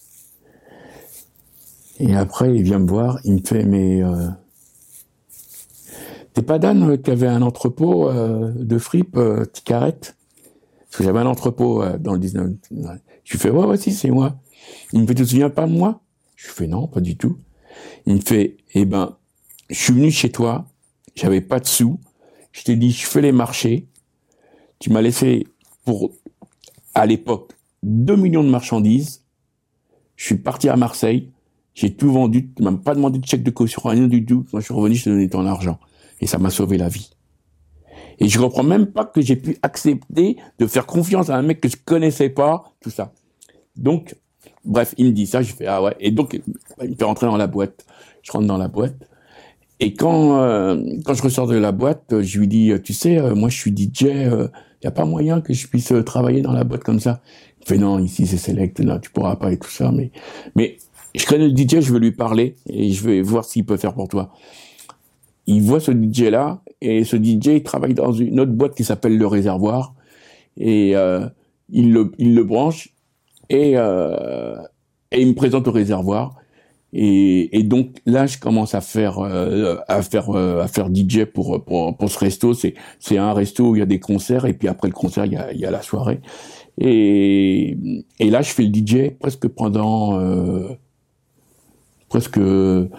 Et après, il vient me voir, il me fait, mais euh, t'es pas Dan qui avait un entrepôt euh, de fripes, euh, Ticarette? Parce que j'avais un entrepôt euh, dans le dix-neuf. Je lui fais, ouais, ouais, si, c'est moi. Il me fait, tu te souviens pas de moi? Je lui fais, non, pas du tout. Il me fait, eh ben, je suis venu chez toi, j'avais pas de sous. Je t'ai dit, je fais les marchés. Tu m'as laissé pour, à l'époque, deux millions de marchandises. Je suis parti à Marseille. J'ai tout vendu. Tu m'as pas demandé de chèque de caution, rien du tout. Quand je suis revenu, je t'ai donné ton argent. Et ça m'a sauvé la vie. Et je comprends même pas que j'ai pu accepter de faire confiance à un mec que je connaissais pas, tout ça. Donc, bref, il me dit ça, je fais, ah ouais. Et donc, il me fait rentrer dans la boîte. Je rentre dans la boîte. Et quand euh, quand je ressors de la boîte, je lui dis, tu sais, euh, moi je suis D J, il euh, y a pas moyen que je puisse euh, travailler dans la boîte comme ça. Il fait non, ici c'est select, là tu pourras pas et tout ça. Mais mais je connais le D J, je veux lui parler et je vais voir s'il peut faire pour toi. Il voit ce D J là et ce D J il travaille dans une autre boîte qui s'appelle Le Réservoir et euh, il le il le branche et euh, et il me présente au Réservoir. Et, et donc là, je commence à faire euh, à faire euh, à faire D J pour pour pour ce resto. C'est c'est un resto où il y a des concerts et puis après le concert il y a il y a la soirée. Et et là, je fais le D J presque pendant euh, presque euh,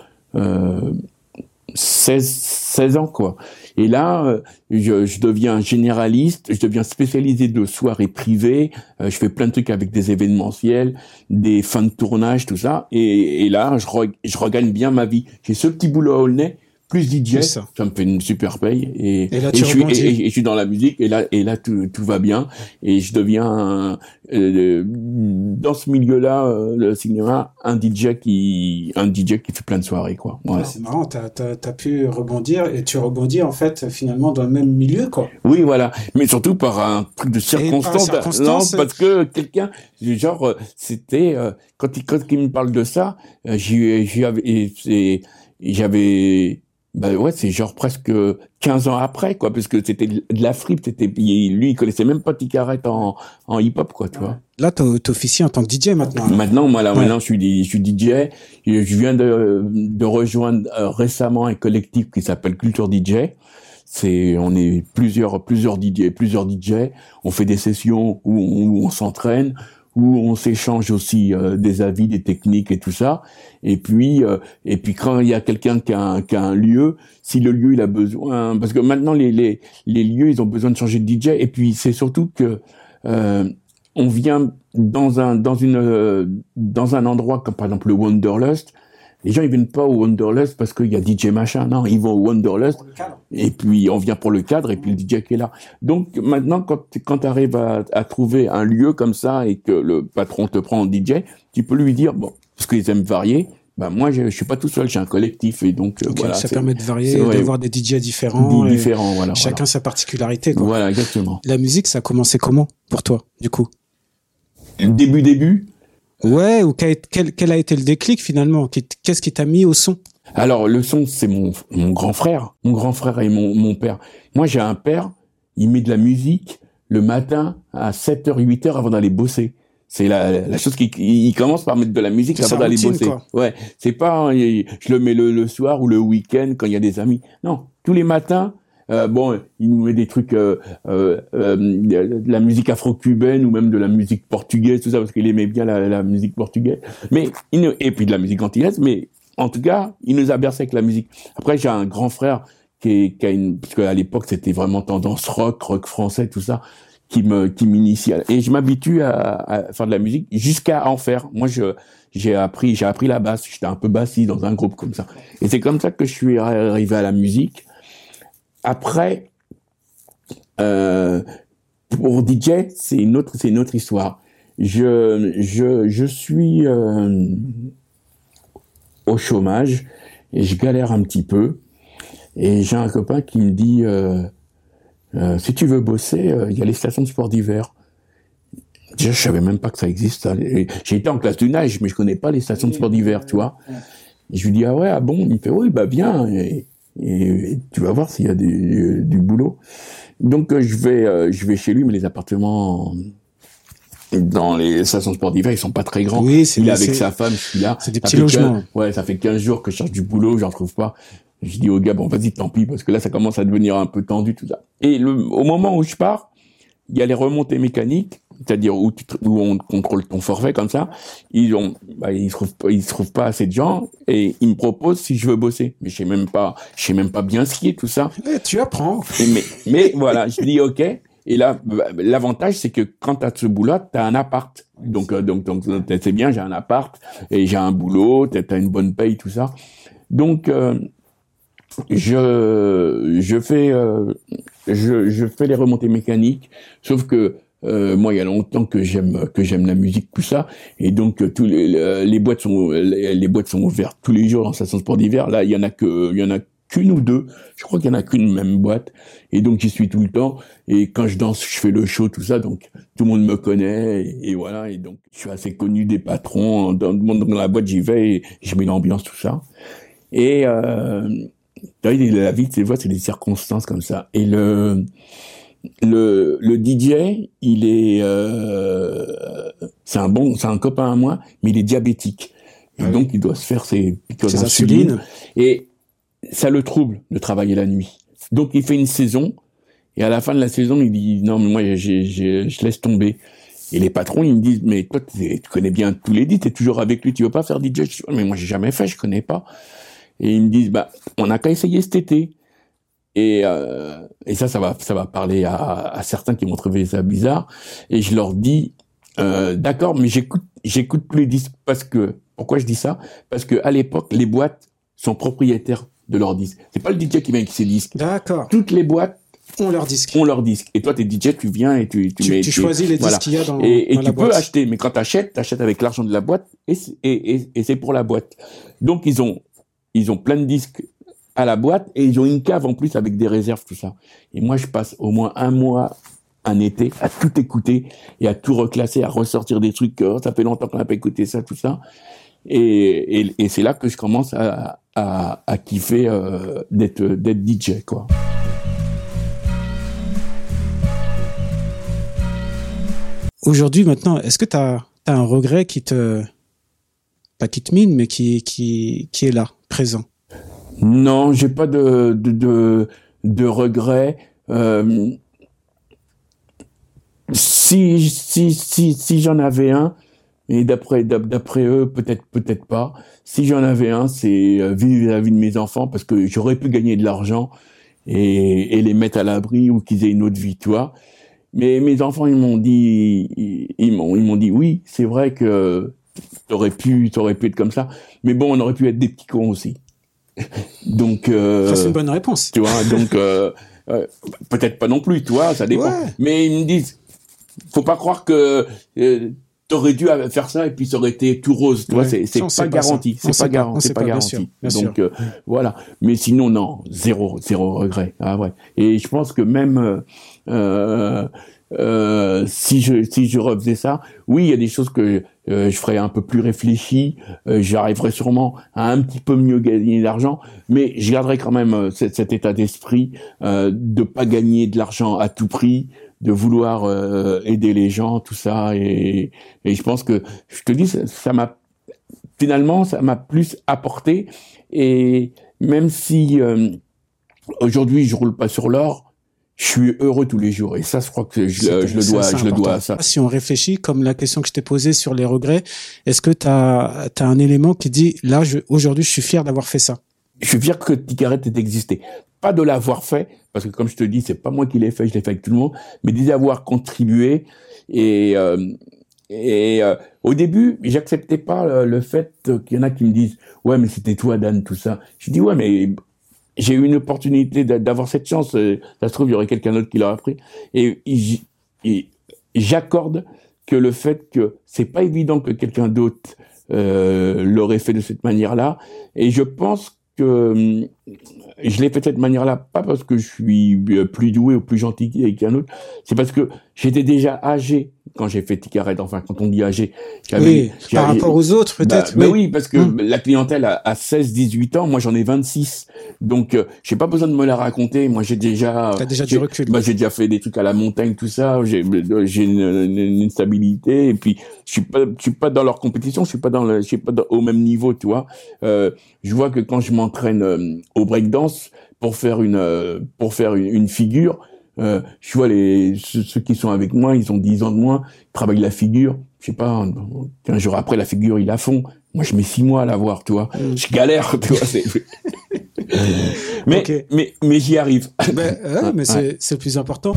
seize seize ans quoi. Et là, je, je deviens généraliste, je deviens spécialisé de soirées privées, euh, je fais plein de trucs avec des événementiels, des fins de tournage, tout ça. Et, et là, je, re, je regagne bien ma vie. J'ai ce petit boulot à Aulnay, plus D J, ça. ça me fait une super paye. Et, et là, et je suis, et, et, et je suis dans la musique, et là, et là tout, tout va bien. Et je deviens, un, euh, dans ce milieu-là, euh, le cinéma, un D J qui, un D J qui fait plein de soirées, quoi. Voilà. Ouais, c'est marrant, t'as, t'as, t'as pu rebondir, et tu rebondis, en fait, finalement, dans le même milieu, quoi. Oui, voilà. Mais surtout par un truc de circonstance. circonstance non, parce que quelqu'un, genre, c'était, euh, quand il, quand il me parle de ça, euh, j'y, j'y avais, et, j'avais, bah ouais, c'est genre presque quinze ans après, quoi, parce que c'était de la fripe, c'était, lui, il connaissait même pas Ticarette en, en hip-hop, quoi, tu ouais. vois. Là, t'officies en tant que D J maintenant. Là. Maintenant, moi, là, ouais. maintenant, je suis, je suis D J. Je viens de, de rejoindre euh, récemment un collectif qui s'appelle Culture D J. C'est, on est plusieurs, plusieurs D J, plusieurs D J. On fait des sessions où on, où on s'entraîne, où on s'échange aussi euh, des avis, des techniques et tout ça. Et puis, euh, et puis quand il y a quelqu'un qui a, un, qui a un lieu, si le lieu il a besoin, parce que maintenant les les les lieux ils ont besoin de changer de D J. Et puis c'est surtout que euh, on vient dans un dans une euh, dans un endroit comme par exemple le Wanderlust. Les gens ils viennent pas au Wanderlust parce qu'il y a D J machin, non, ils vont au Wanderlust et puis on vient pour le cadre et puis le D J qui est là. Donc maintenant quand quand tu arrives à, à trouver un lieu comme ça et que le patron te prend en D J, tu peux lui dire bon parce qu'ils aiment varier, bah moi je, je suis pas tout seul, j'ai un collectif et donc okay, voilà. Ça permet de varier, d'avoir ouais, des D J différents. D- différents, voilà. Chacun voilà. sa particularité, quoi. Voilà, exactement. La musique, ça a commencé comment pour toi, du coup? Début, début. Ouais, ou quel, quel, quel a été le déclic finalement? Qu'est-ce qui t'a mis au son? Alors le son, c'est mon mon grand frère, mon grand frère et mon mon père. Moi, j'ai un père, il met de la musique le matin à sept heures, huit heures avant d'aller bosser. C'est la, la chose qui, il commence par mettre de la musique avant d'aller bosser. Quoi. Ouais. C'est pas, je le mets le, le soir ou le week-end quand il y a des amis. Non. Tous les matins, euh, bon, il nous met des trucs, euh, euh, euh, de la musique afro-cubaine ou même de la musique portugaise, tout ça, parce qu'il aimait bien la, la musique portugaise. Mais, il ne, et puis de la musique antillaise, mais, en tout cas, il nous a bercé avec la musique. Après, j'ai un grand frère qui est, qui a une, parce qu'à l'époque, c'était vraiment tendance rock, rock français, tout ça. qui me qui m'initie et je m'habitue à, à faire de la musique jusqu'à en faire. Moi je j'ai appris j'ai appris la basse, j'étais un peu bassiste dans un groupe comme ça. Et c'est comme ça que je suis arrivé à la musique. Après euh pour D J, c'est une autre c'est une autre histoire. Je je je suis euh, au chômage et je galère un petit peu et j'ai un copain qui me dit euh, Euh, si tu veux bosser, il euh, y a les stations de sport d'hiver. Déjà, je savais même pas que ça existe. Ça. J'ai été en classe du nage, mais je connais pas les stations de sport d'hiver, tu vois. Et je lui dis, ah ouais, ah bon? Il me fait, oui, bah viens, et, et, et tu vas voir s'il y a du, du boulot. Donc, euh, je vais euh, je vais chez lui, mais les appartements dans les stations de sport d'hiver, ils sont pas très grands. Oui, c'est, il est avec c'est, sa femme, je suis là. C'est des petits logements. quinze, ouais, ça fait quinze jours que je cherche du boulot, j'en trouve pas. Je dis au gars, bon, vas-y, tant pis, parce que là, ça commence à devenir un peu tendu, tout ça. Et le, au moment où je pars, il y a les remontées mécaniques, c'est-à-dire où, tu, où on contrôle ton forfait comme ça. Ils ont, bah, ils trouvent pas, ils trouvent pas assez de gens et ils me proposent si je veux bosser. Mais je sais même pas, je sais même pas bien skier, tout ça. Eh, tu apprends. Et mais, mais voilà, je dis ok. Et là, bah, l'avantage, c'est que quand t'as ce boulot, t'as un appart. Donc, euh, donc, donc, c'est bien, j'ai un appart et j'ai un boulot, t'as, t'as une bonne paye, tout ça. Donc, euh, je je fais euh, je je fais les remontées mécaniques, sauf que euh, moi il y a longtemps que j'aime que j'aime la musique, tout ça, et donc euh, tous les les boîtes sont les, les boîtes sont ouvertes tous les jours dans station de sport d'hiver. Là il y en a que il y en a qu'une ou deux, je crois qu'il y en a qu'une même boîte, et donc j'y suis tout le temps. Et quand je danse, je fais le show, tout ça, donc tout le monde me connaît, et, et voilà. Et donc je suis assez connu des patrons dans, dans la boîte, j'y vais, et je mets l'ambiance, tout ça. Et euh, la vie, tu vois, c'est des circonstances comme ça. Et le le le D J, il est euh, c'est un bon, c'est un copain à moi, mais il est diabétique. Et oui. Donc il doit se faire ses piqûres d'insuline. Et ça le trouble de travailler la nuit. Donc il fait une saison et à la fin de la saison, il dit non mais moi j'ai j'ai je laisse tomber. Et les patrons, ils me disent mais toi tu connais bien tous les D J, t'es toujours avec lui, tu veux pas faire D J? Je dis, mais moi j'ai jamais fait, je connais pas. Et ils me disent, bah, on n'a qu'à essayer cet été. Et, euh, et ça, ça va, ça va parler à, à certains qui vont trouver ça bizarre. Et je leur dis, euh, d'accord, mais j'écoute, j'écoute tous les disques parce que, pourquoi je dis ça? Parce que à l'époque, les boîtes sont propriétaires de leurs disques. C'est pas le D J qui vient avec ses disques. D'accord. Toutes les boîtes ont leurs disques. Ont leurs disques. Et toi, t'es D J, tu viens et tu, tu, tu mets, tu choisis les disques voilà. qu'il y a dans, et, et dans tu la peux boîte. acheter, mais quand t'achètes, t'achètes avec l'argent de la boîte et, et, et, et c'est pour la boîte. Donc, ils ont, ils ont plein de disques à la boîte et ils ont une cave en plus avec des réserves, tout ça. Et moi, je passe au moins un mois, un été, à tout écouter et à tout reclasser, à ressortir des trucs. Oh, ça fait longtemps qu'on n'a pas écouté ça, tout ça. Et, et, et c'est là que je commence à, à, à kiffer euh, d'être, d'être D J, quoi. Aujourd'hui, maintenant, est-ce que t'as, t'as un regret qui te, pas qui te mine, mais qui, qui, qui est là, présent? Non, j'ai pas de, de, de, de regrets. Euh, si, si, si, si j'en avais un, et d'après, d'après eux, peut-être, peut-être pas. Si j'en avais un, c'est vivre la vie de mes enfants, parce que j'aurais pu gagner de l'argent et, et les mettre à l'abri ou qu'ils aient une autre vie, toi. Mais mes enfants, ils m'ont dit, ils, ils m'ont, ils m'ont dit, oui, c'est vrai que t'aurais pu, t'aurais pu être comme ça. Mais bon, on aurait pu être des petits cons aussi. Donc, euh, ça c'est une bonne réponse. Tu vois, donc euh, euh, peut-être pas non plus, tu vois, ça dépend. Ouais. Mais ils me disent, faut pas croire que euh, t'aurais dû faire ça et puis ça aurait été tout rose. Tu ouais. vois, c'est, c'est pas garanti. C'est pas garanti. C'est pas garanti. Donc, euh, voilà. Mais sinon, non, zéro, zéro regret. Ah ouais. Et je pense que même, euh, euh, si je, si je refaisais ça, oui, il y a des choses que euh, je ferais un peu plus réfléchi, euh, j'arriverais sûrement à un petit peu mieux gagner d'argent, mais je garderais quand même euh, cet, cet état d'esprit euh, de pas gagner de l'argent à tout prix, de vouloir euh, aider les gens, tout ça, et, et je pense que, je te dis, ça, ça m'a, finalement, ça m'a plus apporté, et même si euh, aujourd'hui je roule pas sur l'or, je suis heureux tous les jours, et ça, je crois que je, je, je le dois, je le dois à ça. Si on réfléchit, comme la question que je t'ai posée sur les regrets, est-ce que t'as, t'as un élément qui dit, là, je, aujourd'hui, je suis fier d'avoir fait ça? Je suis fier que Ticarette ait existé. Pas de l'avoir fait, parce que comme je te dis, c'est pas moi qui l'ai fait, je l'ai fait avec tout le monde, mais d'y avoir contribué. Et, euh, et euh, au début, j'acceptais pas le, le fait qu'il y en a qui me disent, ouais, mais c'était toi, Dan, tout ça. Je dis, ouais, mais j'ai eu une opportunité d'avoir cette chance. Ça se trouve, il y aurait quelqu'un d'autre qui l'aurait pris. Et, et j'accorde que le fait que c'est pas évident que quelqu'un d'autre euh, l'aurait fait de cette manière-là. Et je pense que je l'ai fait de cette manière-là, pas parce que je suis plus doué ou plus gentil qu'un autre, c'est parce que j'étais déjà âgé quand j'ai fait Ticarette, enfin quand on dit âgé. Oui, par rapport aux autres peut-être. Bah, oui. Bah oui, parce que hum. la clientèle a, a seize dix-huit ans, moi j'en ai vingt-six. Donc euh, j'ai pas besoin de me la raconter, moi j'ai déjà... T'as déjà du recul. Bah, j'ai déjà fait des trucs à la montagne, tout ça, j'ai, j'ai une, une, une stabilité, et puis je suis pas, je suis pas dans leur compétition, je suis pas dans le, je suis pas dans, au même niveau, tu vois. Euh, je vois que quand je m'entraîne euh, au breakdance pour faire une, euh, pour faire une, une figure, Euh, je vois les ceux, ceux qui sont avec moi, ils ont dix ans de moins, ils travaillent la figure, je sais pas, un jour après la figure ils la font. Moi je mets six mois à la voir, tu vois. Mm. Je galère, tu vois. C'est... mais, okay. mais mais j'y arrive. Ben, ouais, mais c'est, c'est le plus important.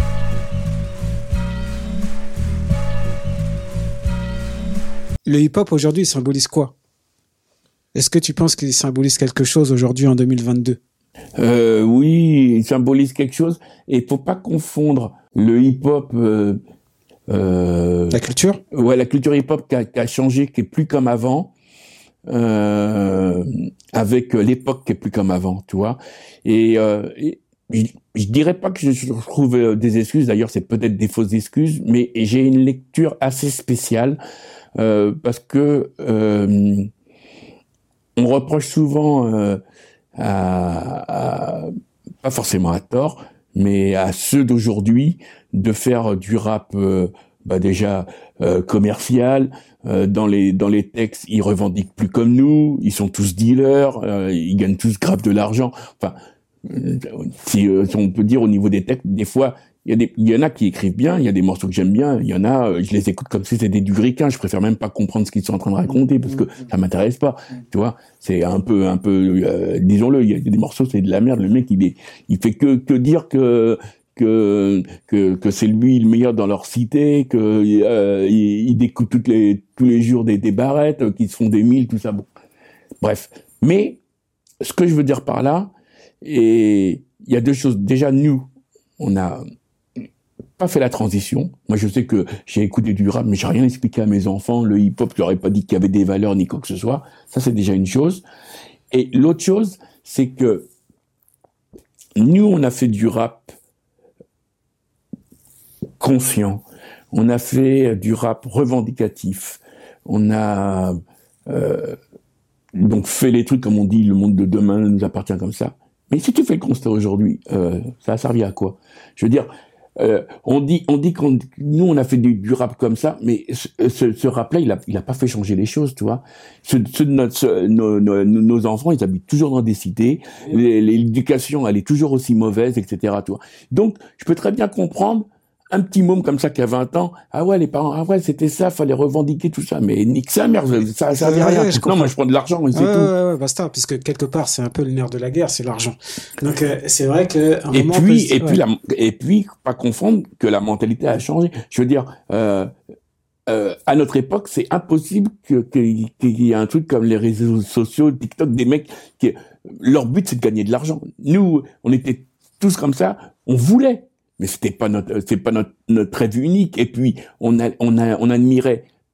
Le hip-hop aujourd'hui il symbolise quoi? Est-ce que tu penses qu'il symbolise quelque chose aujourd'hui en deux mille vingt-deux? Euh, oui, il symbolise quelque chose. Et il faut pas confondre le hip-hop... Euh, euh, la culture Ouais, la culture hip-hop qui a, qui a changé, qui est plus comme avant, euh, avec l'époque qui est plus comme avant, tu vois. Et, euh, et je, je dirais pas que je trouve des excuses, d'ailleurs c'est peut-être des fausses excuses, mais j'ai une lecture assez spéciale, euh, parce que euh, on reproche souvent... Euh, À, à, pas forcément à tort, mais à ceux d'aujourd'hui de faire du rap euh, bah déjà euh, commercial. Euh, dans les dans les textes, ils revendiquent plus comme nous. Ils sont tous dealers. Euh, ils gagnent tous grave de l'argent. Enfin, euh, si, euh, si on peut dire au niveau des textes, des fois. Il y a des, il y en a qui écrivent bien, il y a des morceaux que j'aime bien, il y en a, je les écoute comme si c'était du ricain, je préfère même pas comprendre ce qu'ils sont en train de raconter parce que ça m'intéresse pas, tu vois. C'est un peu, un peu, euh, disons-le, il y a des morceaux, c'est de la merde, le mec, il est, il fait que, que dire que, que, que, que c'est lui le meilleur dans leur cité, que, euh, il, il découpe toutes les, tous les jours des, des barrettes, qui se font des milles, tout ça, bon. Bref. Mais, ce que je veux dire par là, et il y a deux choses. Déjà, nous, on a, pas fait la transition. Moi, je sais que j'ai écouté du rap, mais j'ai rien expliqué à mes enfants. Le hip-hop, je leur ai pas dit qu'il y avait des valeurs ni quoi que ce soit. Ça, c'est déjà une chose. Et l'autre chose, c'est que nous, on a fait du rap conscient. On a fait du rap revendicatif. On a euh, donc fait les trucs, comme on dit, le monde de demain nous appartient comme ça. Mais si tu fais le constat aujourd'hui, euh, ça a servi à quoi? Je veux dire, Euh, on dit, on dit qu'on, nous on a fait du, du rap comme ça, mais ce, ce, ce rap-là, il a, il a pas fait changer les choses, tu vois. Ce, ce, notre, ce, nos, nos, nos enfants, ils habitent toujours dans des cités, les, l'éducation, elle est toujours aussi mauvaise, et cetera. Tu vois. Donc, je peux très bien comprendre un petit môme comme ça qui a vingt ans, ah ouais, les parents, ah ouais, c'était ça, fallait revendiquer tout ça, mais nique sa mère, ça, ça servait à rien. Non, moi je prends de l'argent, et c'est ouais, tout. Ouais, ouais, basta, puisque quelque part, c'est un peu le nerf de la guerre, c'est l'argent. Donc, euh, c'est vrai que, un et moment, puis, peut... et ouais. puis, la, et puis, pas confondre que la mentalité a changé. Je veux dire, euh, euh, à notre époque, c'est impossible que, que, qu'il y ait un truc comme les réseaux sociaux, TikTok, des mecs qui, leur but c'est de gagner de l'argent. Nous, on était tous comme ça, on voulait. Mais c'était pas notre, c'est pas notre, notre rêve unique. Et puis, on a, on a, on admirait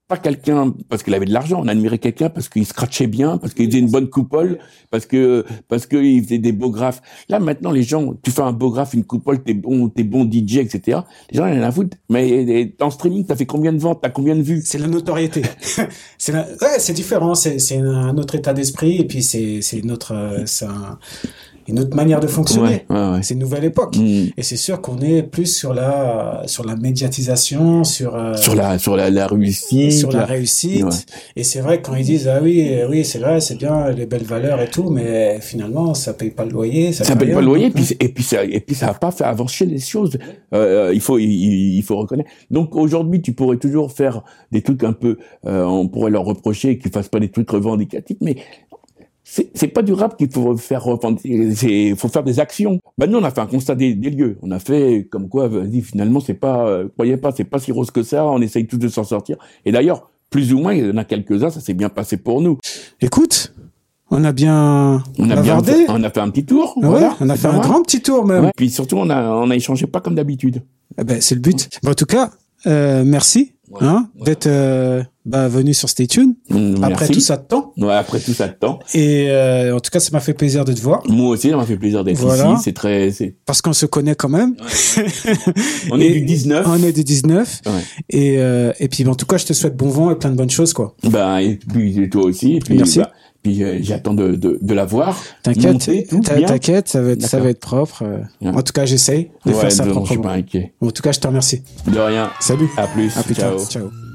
pas quelqu'un parce qu'il avait de l'argent, on admirait quelqu'un parce qu'il scratchait bien, parce qu'il faisait une bonne coupole, parce que parce qu'il faisait des beaux graphes. Là maintenant les gens, tu fais un beau graphe, une coupole, t'es bon, t'es bon D J, et cetera. Les gens ils en ont à foutre. Mais en streaming, t'as fait combien de ventes, t'as combien de vues? C'est la notoriété. c'est la... ouais, c'est différent, c'est c'est un autre état d'esprit et puis c'est c'est notre euh, c'est un... une autre manière de fonctionner. Ouais, ouais, ouais. C'est une nouvelle époque. Mmh. Et c'est sûr qu'on est plus sur la, sur la médiatisation, sur, euh, sur la, sur la, la réussite. Sur la réussite. Ouais. Et c'est vrai que quand ils disent, ah oui, oui, c'est vrai, c'est bien, les belles valeurs et tout, mais finalement, ça paye pas le loyer. Ça, ça paye rien, pas le loyer, donc, puis, et puis ça, et puis ça va pas fait avancer les choses. Euh, il faut, il, il faut reconnaître. Donc aujourd'hui, tu pourrais toujours faire des trucs un peu, euh, on pourrait leur reprocher qu'ils fassent pas des trucs revendicatifs, mais C'est, c'est pas du rap qu'il faut faire, c'est, faut faire des actions. Ben nous, on a fait un constat des, des lieux. On a fait comme quoi, vas-y, finalement, c'est pas, euh, croyez pas, c'est pas si rose que ça. On essaye tous de s'en sortir. Et d'ailleurs, plus ou moins, il y en a quelques-uns, ça s'est bien passé pour nous. Écoute, on a bien, on a bien, fait, on a fait un petit tour. Ouais, voilà, on a fait un grand petit tour même. Ouais, puis surtout, on a, on a échangé pas comme d'habitude. Eh ben, c'est le but. Bon, en tout cas, euh, merci. Ouais, hein, ouais. d'être euh, bah, venu sur Stay Tuned mmh, après tout ça de temps. Ouais, après tout ça de temps. Et euh, en tout cas, ça m'a fait plaisir de te voir. Moi aussi, ça m'a fait plaisir d'être voilà. ici. C'est très, c'est parce qu'on se connaît quand même. Ouais, ouais. On est du dix-neuf. On est du dix-neuf. Ouais. Et euh, et puis, en tout cas, je te souhaite bon vent et plein de bonnes choses, quoi. Bah et puis et toi aussi. Et puis, merci. Bah, puis euh, j'attends de, de de la voir. T'inquiète, t'inquiète, ça va être D'accord. ça va être propre. Ouais. En tout cas, j'essaye de ouais, faire ça proprement. proprement. Je suis pas inquiet. En tout cas, je te remercie. De rien. Salut. À plus. À plus Ciao. tard. Ciao.